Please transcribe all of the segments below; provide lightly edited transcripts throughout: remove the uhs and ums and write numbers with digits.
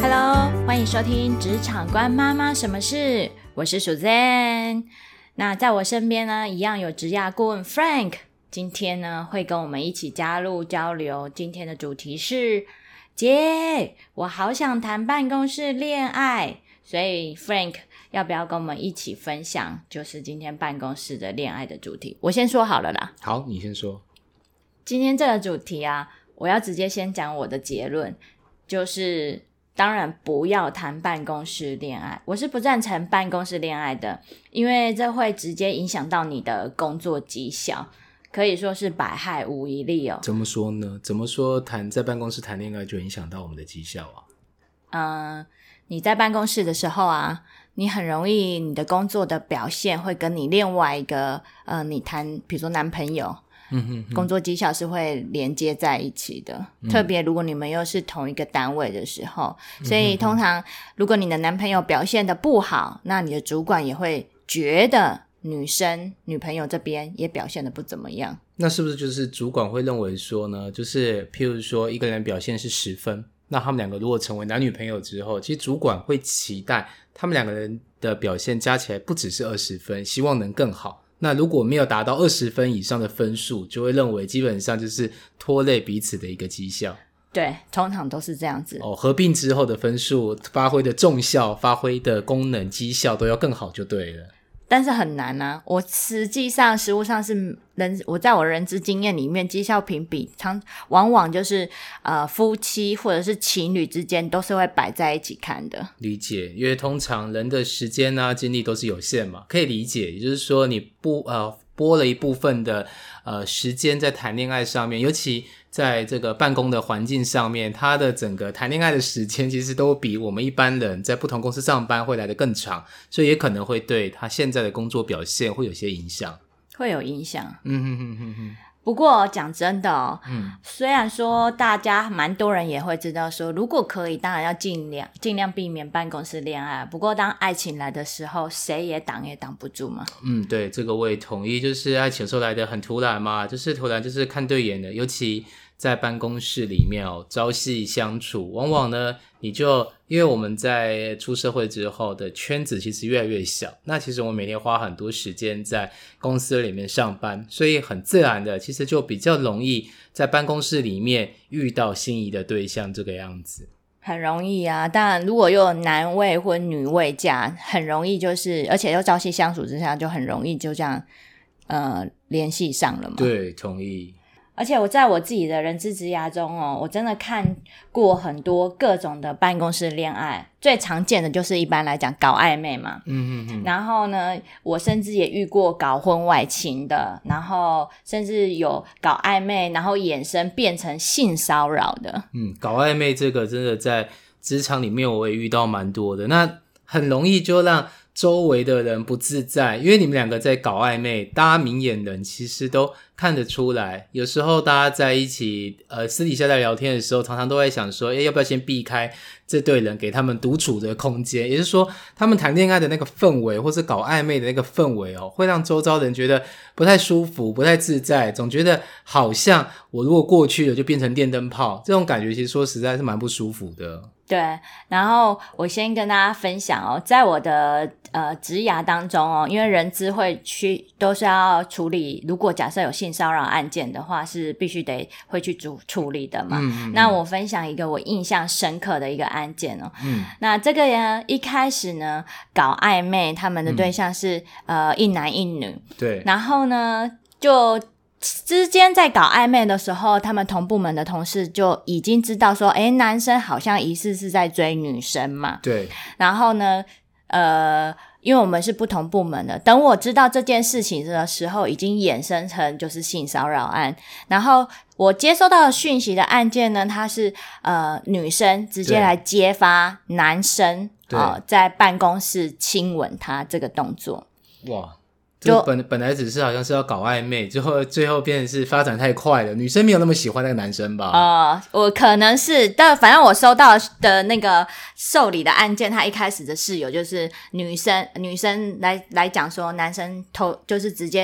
Hello， 欢迎收听职场关妈妈什么事，我是Suzanne。那在我身边呢，一样有职涯顾问 Frank， 今天呢会跟我们一起加入交流。今天的主题是姐，我好想谈办公室恋爱，所以 Frank 要不要跟我们一起分享，就是今天办公室的恋爱的主题？我先说好了啦。 好，你先说。 今天这个主题啊，我要直接先讲我的结论，就是当然不要谈办公室恋爱，我是不赞成办公室恋爱的，因为这会直接影响到你的工作绩效，可以说是百害无一利哦。 怎么说呢？怎么说在办公室谈恋爱就影响到我们的绩效啊？ 你在办公室的时候啊，你很容易你的工作的表现会跟你另外一个你谈比如说男朋友工作绩效是会连接在一起的，特别如果你们又是同一个单位的时候，所以通常如果你的男朋友表现得不好，那你的主管也会觉得女朋友这边也表现得不怎么样。 那是不是就是主管会认为说呢，就是譬如说一个人表现是10分，那他们两个如果成为男女朋友之后，其实主管会期待他们两个人的表现加起来不只是20分，希望能更好。那如果没有达到20分以上的分数，就会认为基本上就是拖累彼此的一个绩效。 对，通常都是这样子。 合并之后的分数发挥的重效，发挥的功能绩效都要更好就对了。 但是很难啊，我实际上实务上是我在我人资经验里面，绩效评比往往就是夫妻或者是情侣之间都是会摆在一起看的。 理解，因为通常人的时间啊精力都是有限嘛，可以理解。也就是说你拨了一部分的时间在谈恋爱上面，尤其在这个办公的环境上面，他的整个谈恋爱的时间其实都比我们一般人在不同公司上班会来得更长，所以也可能会对他现在的工作表现会有些影响。 会有影响。不过讲真的虽然说大家蛮多人也会知道说，如果可以当然要尽量避免办公室恋爱，不过当爱情来的时候，谁也挡不住嘛。 对，这个我也同意，就是爱情有时候来得很突然嘛，就是突然就是看对眼了，尤其在办公室里面朝夕相处，往往呢因为我们在出社会之后的圈子其实越来越小，那其实我们每天花很多时间在公司里面上班，所以很自然的其实就比较容易在办公室里面遇到心仪的对象这个样子。 很容易啊，当然如果又有男位或女位架，很容易就是而且又朝夕相处之下，就很容易就这样联系上了嘛。 对，同意。而且我在我自己的人资职涯中我真的看过很多各种的办公室恋爱，最常见的就是一般来讲搞暧昧嘛。然后呢，我甚至也遇过搞婚外情的，然后甚至有搞暧昧然后衍生变成性骚扰的。 搞暧昧这个真的在职场里面我也遇到蛮多的，那很容易就让周围的人不自在，因为你们两个在搞暧昧，大家明眼人其实都看得出来。有时候大家在一起私底下在聊天的时候，常常都会想说要不要先避开这对人，给他们独处的空间。也就是说他们谈恋爱的那个氛围，或是搞暧昧的那个氛围会让周遭人觉得不太舒服，不太自在，总觉得好像我如果过去了就变成电灯泡，这种感觉其实说实在是蛮不舒服的。 对，然后我先跟大家分享在我的职涯当中因为人资都是要处理，如果假设有性骚扰案件的话，是必须得会去处理的嘛。那我分享一个我印象深刻的一个案件那这个人一开始呢搞暧昧，他们的对象是一男一女。 对， 然后呢就之间在搞暧昧的时候，他们同部门的同事就已经知道说男生好像疑似是在追女生嘛。 对， 然后呢因为我们是不同部门的，等我知道这件事情的时候，已经衍生成就是性骚扰案。然后我接收到的讯息的案件呢，它是女生直接来揭发男生在办公室亲吻他这个动作。 哇，就本来只是好像是要搞暧昧，最后变成是发展太快了，女生没有那么喜欢那个男生吧？ 我可能是，但反正我收到的那个受理的案件，他一开始的室友就是女生来讲说，男生就是直接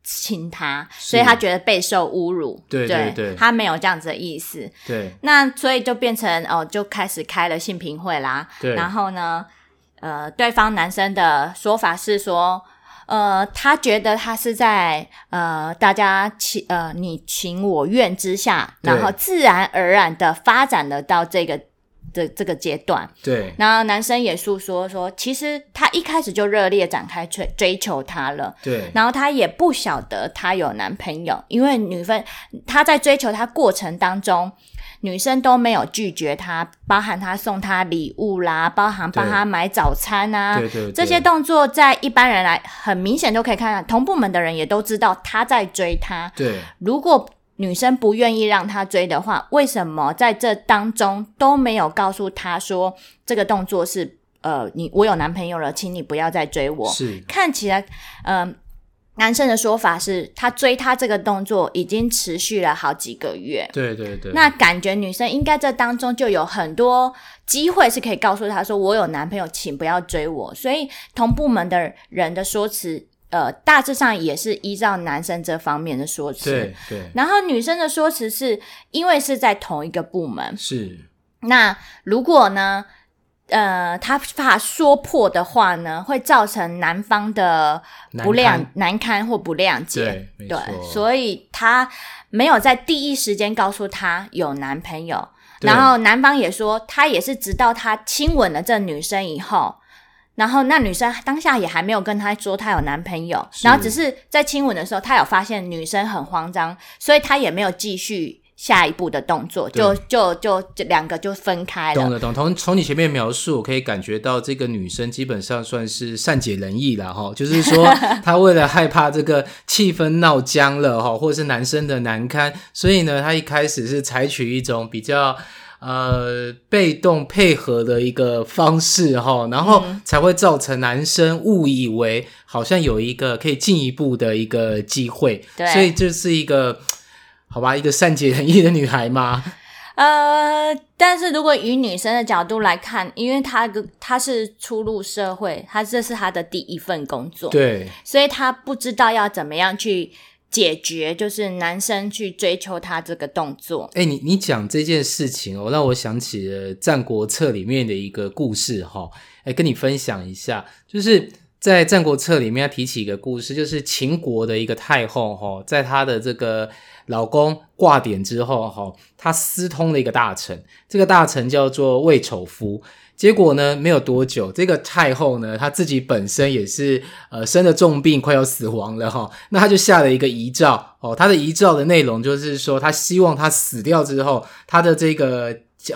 亲他，所以他觉得备受侮辱。 对对对， 他没有这样子的意思。 对， 那所以就变成就开始开了性平会啦。 对， 然后呢，对方男生的说法是说，他觉得他是在大家你情我愿之下，然后自然而然的发展了到这个阶段。 对， 然后男生也诉说其实他一开始就热烈展开追求她了。 对， 然后他也不晓得他有男朋友，因为他在追求他过程当中，女生都没有拒绝他，包含他送他礼物啦，包含帮他买早餐啊， 对对对， 这些动作在一般人来很明显都可以看到，同部门的人也都知道他在追他。 对， 如果女生不愿意让他追的话，为什么在这当中都没有告诉他说这个动作是我有男朋友了，请你不要再追我。 是看起来男生的说法是他追他这个动作已经持续了好几个月。 对对对， 那感觉女生应该这当中就有很多机会是可以告诉他说我有男朋友，请不要追我。所以同部门的人的说辞大致上也是依照男生这方面的说辞。 对对， 然后女生的说辞是因为是在同一个部门， 是那如果呢他把说破的话呢，会造成男方的难堪或不谅解。 对，没错， 所以他没有在第一时间告诉他有男朋友，然后男方也说他也是直到他亲吻了这女生以后，然后那女生当下也还没有跟他说他有男朋友，然后只是在亲吻的时候他有发现女生很慌张，所以他也没有继续下一步的动作，就两个就分开了。 懂了。从你前面描述，我可以感觉到这个女生基本上算是善解人意啦齁，就是说她为了害怕这个气氛闹僵了齁，或者是男生的难堪，所以呢她一开始是采取一种比较被动配合的一个方式齁，然后才会造成男生误以为好像有一个可以进一步的一个机会。对，所以这是一个好吧，一个善解人意的女孩吗？ 但是如果以女生的角度来看，因为她是初入社会，这是她的第一份工作， 对， 所以她不知道要怎么样去解决，就是男生去追求她这个动作。 你讲这件事情让我想起了《战国策》里面的一个故事跟你分享一下，就是在《战国策》里面要提起一个故事，就是秦国的一个太后在她的这个老公挂点之后她私通了一个大臣，这个大臣叫做魏丑夫。结果呢没有多久，这个太后呢她自己本身也是生了重病，快要死亡了那她就下了一个遗诏她的遗诏的内容就是说她希望她死掉之后，她的这个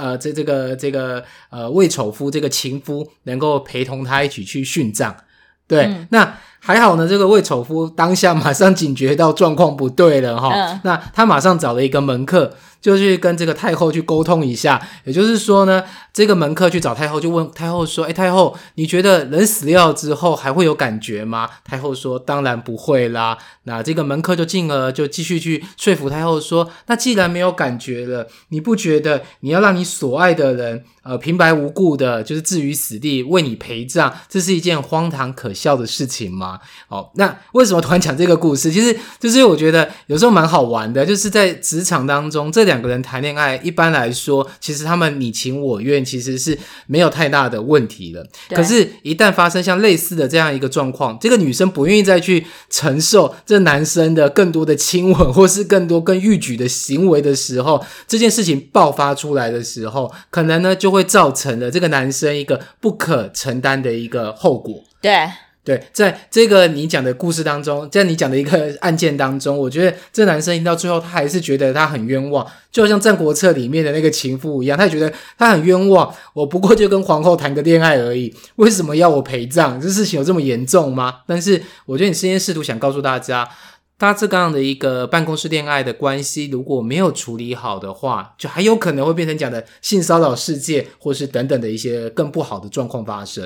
魏丑夫这个情夫能够陪同她一起去殉葬。对，那还好呢，这个魏丑夫当下马上警觉到状况不对了那他马上找了一个门客，就去跟这个太后去沟通一下。也就是说呢，这个门客去找太后，就问太后说太后，你觉得人死掉之后还会有感觉吗？太后说当然不会啦。那这个门客就进而就继续去说服太后说，那既然没有感觉了，你不觉得你要让你所爱的人平白无故的就是置于死地为你陪葬，这是一件荒唐可笑的事情吗？那为什么突然讲这个故事？其实就是我觉得有时候蛮好玩的，就是在职场当中这两个人谈恋爱，一般来说其实他们你情我愿其实是没有太大的问题了，可是一旦发生像类似的这样一个状况，这个女生不愿意再去承受这男生的更多的亲吻或是更多更逾矩的行为的时候，这件事情爆发出来的时候，可能呢就会造成了这个男生一个不可承担的一个后果。对，在这个你讲的故事当中，在你讲的一个案件当中，我觉得这男生到最后他还是觉得他很冤枉，就像《战国策》里面的那个情妇一样，他也觉得他很冤枉，我不过就跟皇后谈个恋爱而已，为什么要我陪葬？这事情有这么严重吗？但是我觉得你今天试图想告诉大家，他这样的一个办公室恋爱的关系如果没有处理好的话，就还有可能会变成讲的性骚扰事件或是等等的一些更不好的状况发生。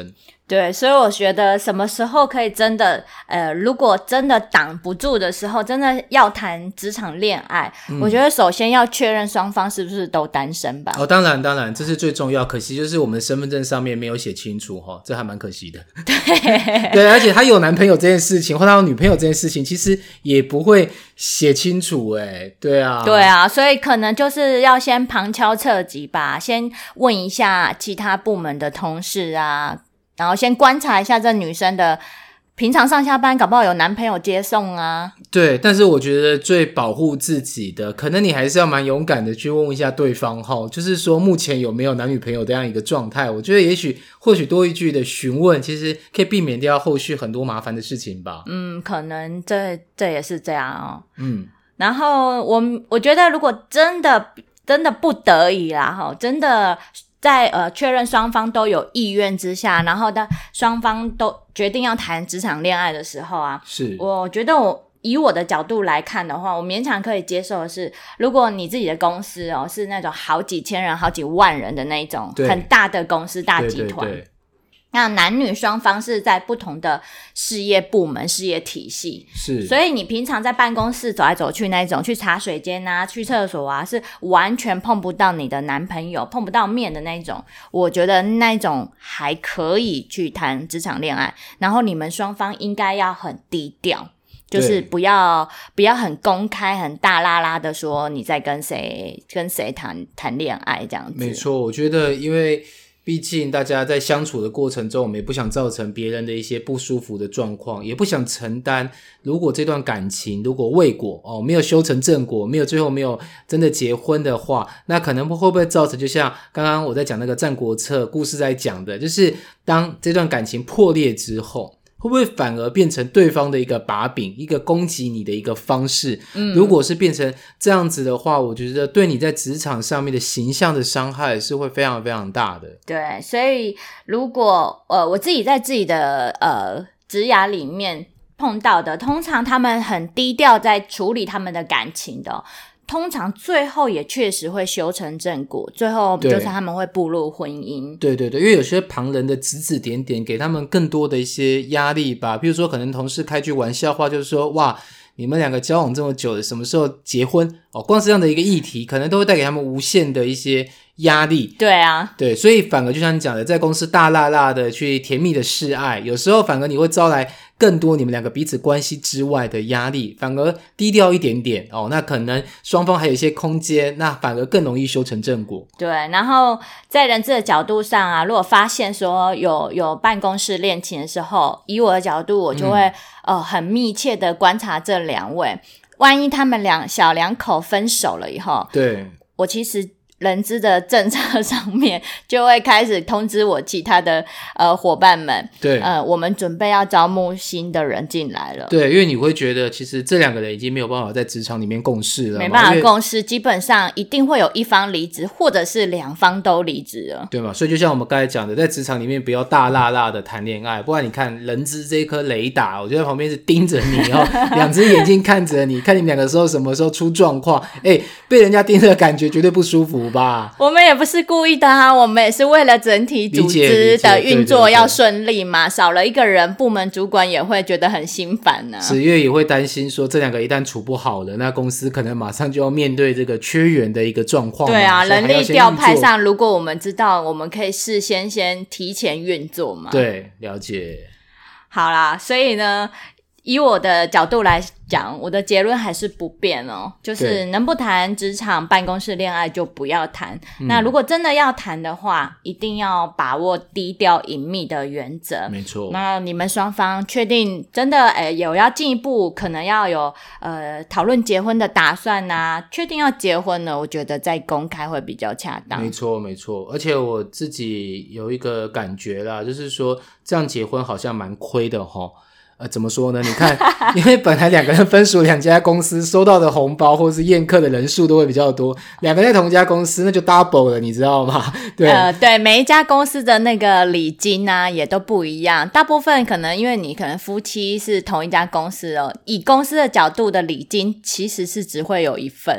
对，所以我觉得什么时候可以真的如果真的挡不住的时候，真的要谈职场恋爱，我觉得首先要确认双方是不是都单身吧。 当然这是最重要，可惜就是我们身份证上面没有写清楚这还蛮可惜的。对，而且他有男朋友这件事情或他有女朋友这件事情其实也不会写清楚对啊， 所以可能就是要先旁敲侧击吧，先问一下其他部门的同事啊，然后先观察一下这女生的平常上下班搞不好有男朋友接送啊。 对，但是我觉得最保护自己的可能你还是要蛮勇敢的去问一下对方就是说目前有没有男女朋友这样一个状态。我觉得或许多一句的询问其实可以避免掉后续很多麻烦的事情吧。 可能这也是这样然后我觉得如果真的不得已啦真的在确认双方都有意愿之下，然后双方都决定要谈职场恋爱的时候啊， 是我觉得以我的角度来看的话，我勉强可以接受的是，如果你自己的公司是那种好几千人好几万人的那种很大的公司大集团，对，那男女双方是在不同的事业部门事业体系， 是， 所以你平常在办公室走来走去那种去茶水间啊去厕所啊是完全碰不到你的男朋友碰不到面的那种，我觉得那种还可以去谈职场恋爱，然后你们双方应该要很低调，就是不要很公开很大啦啦的说你在跟谁谈恋爱这样子。 没错，我觉得因为毕竟大家在相处的过程中，我们也不想造成别人的一些不舒服的状况，也不想承担如果这段感情如果未果没有修成正果，最后没有真的结婚的话，那可能会不会造成就像刚刚我在讲那个战国策故事在讲的，就是当这段感情破裂之后，会不会反而变成对方的一个把柄，一个攻击你的一个方式如果是变成这样子的话，我觉得对你在职场上面的形象的伤害是会非常非常大的。 对，所以如果我自己在自己的职涯里面碰到的，通常他们很低调在处理他们的感情的通常最后也确实会修成正果，最后就是他们会步入婚姻。 对，因为有些旁人的指指点点给他们更多的一些压力吧，比如说可能同事开句玩笑话就是说，哇，你们两个交往这么久了，什么时候结婚光是这样的一个议题可能都会带给他们无限的一些压力。 对啊， 对，所以反而就像你讲的，在公司大辣辣的去甜蜜的示爱，有时候反而你会招来更多你们两个彼此关系之外的压力，反而低调一点点那可能双方还有一些空间，那反而更容易修成正果。 对，然后在人资的角度上啊，如果发现说有办公室恋情的时候，以我的角度我就会很密切的观察这两位，万一他们小两口分手了以后， 对， 我其实人资的政策上面就会开始通知我其他的伙伴们， 对， 我们准备要招募新的人进来了。 对，因为你会觉得其实这两个人已经没有办法在职场里面共事了， 没办法共事，基本上一定会有一方离职，或者是两方都离职了， 对嘛？所以就像我们刚才讲的，在职场里面不要大辣辣的谈恋爱，不然你看人资这一颗雷达，我觉得旁边是盯着你两只眼睛看着你，看你们两个什么时候出状况，被人家盯着的感觉绝对不舒服吧。 我们也不是故意的啊，我们也是为了整体组织的运作要顺利嘛，少了一个人，部门主管也会觉得很心烦呢。 因为也会担心说这两个一旦处不好了，那公司可能马上就要面对这个缺员的一个状况。 对啊，人力调派上，如果我们知道，我们可以事先提前运作嘛。 对，了解。 好啦，所以呢，以我的角度来讲，我的结论还是不变就是能不谈职场办公室恋爱就不要谈那如果真的要谈的话，一定要把握低调隐秘的原则。 没错。 那你们双方确定真的有要进一步可能要有讨论结婚的打算啊，确定要结婚了，我觉得再公开会比较恰当。 没错，而且我自己有一个感觉啦，就是说这样结婚好像蛮亏的怎么说呢？你看，因为本来两个人分属两家公司，收到的红包或是宴客的人数都会比较多，两个在同一家公司那就 double 了，你知道吗？对， 对，每一家公司的那个礼金啊也都不一样，大部分可能因为你可能夫妻是同一家公司以公司的角度的礼金其实是只会有一份。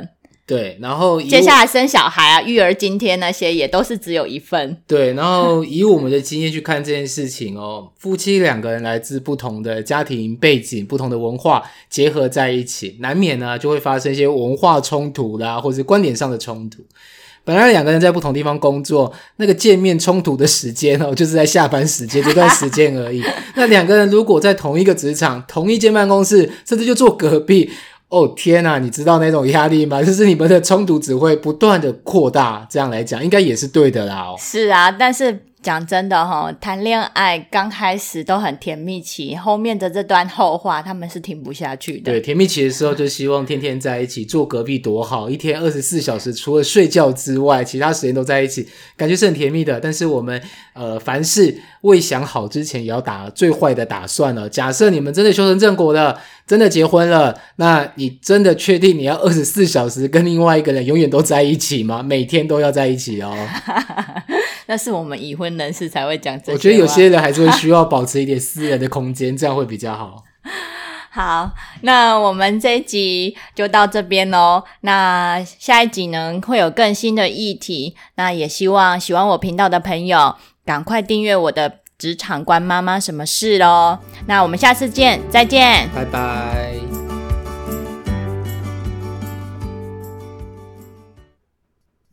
对，然后接下来生小孩啊，育儿津贴那些也都是只有一份。 对，然后以我们的经验去看这件事情哦，夫妻两个人来自不同的家庭背景、不同的文化结合在一起，难免呢就会发生一些文化冲突啦，或是观点上的冲突。本来两个人在不同地方工作，那个见面冲突的时间哦，就是在下班时间这段时间而已。那两个人如果在同一个职场、同一间办公室，甚至就坐隔壁，哦天啊，你知道那种压力吗？就是你们的冲突只会不断的扩大，这样来讲应该也是对的啦。 是啊，但是讲真的谈恋爱刚开始都很甜蜜期，后面的这段后话他们是听不下去的。 对，甜蜜期的时候就希望天天在一起，坐隔壁多好，一天24小时除了睡觉之外其他时间都在一起，感觉是很甜蜜的。但是我们凡事未想好之前也要打最坏的打算了。假设你们真的修成正果了，真的结婚了，那你真的确定你要24小时跟另外一个人永远都在一起吗？每天都要在一起哦。 那是我们已婚人士才会讲这些话。 我觉得有些人还是会需要保持一点私人的空间，这样会比较好。 好，那我们这一集就到这边咯。那下一集呢会有更新的议题，那也希望喜欢我频道的朋友赶快订阅我的职场关妈妈什么事咯。那我们下次见，再见， 拜拜。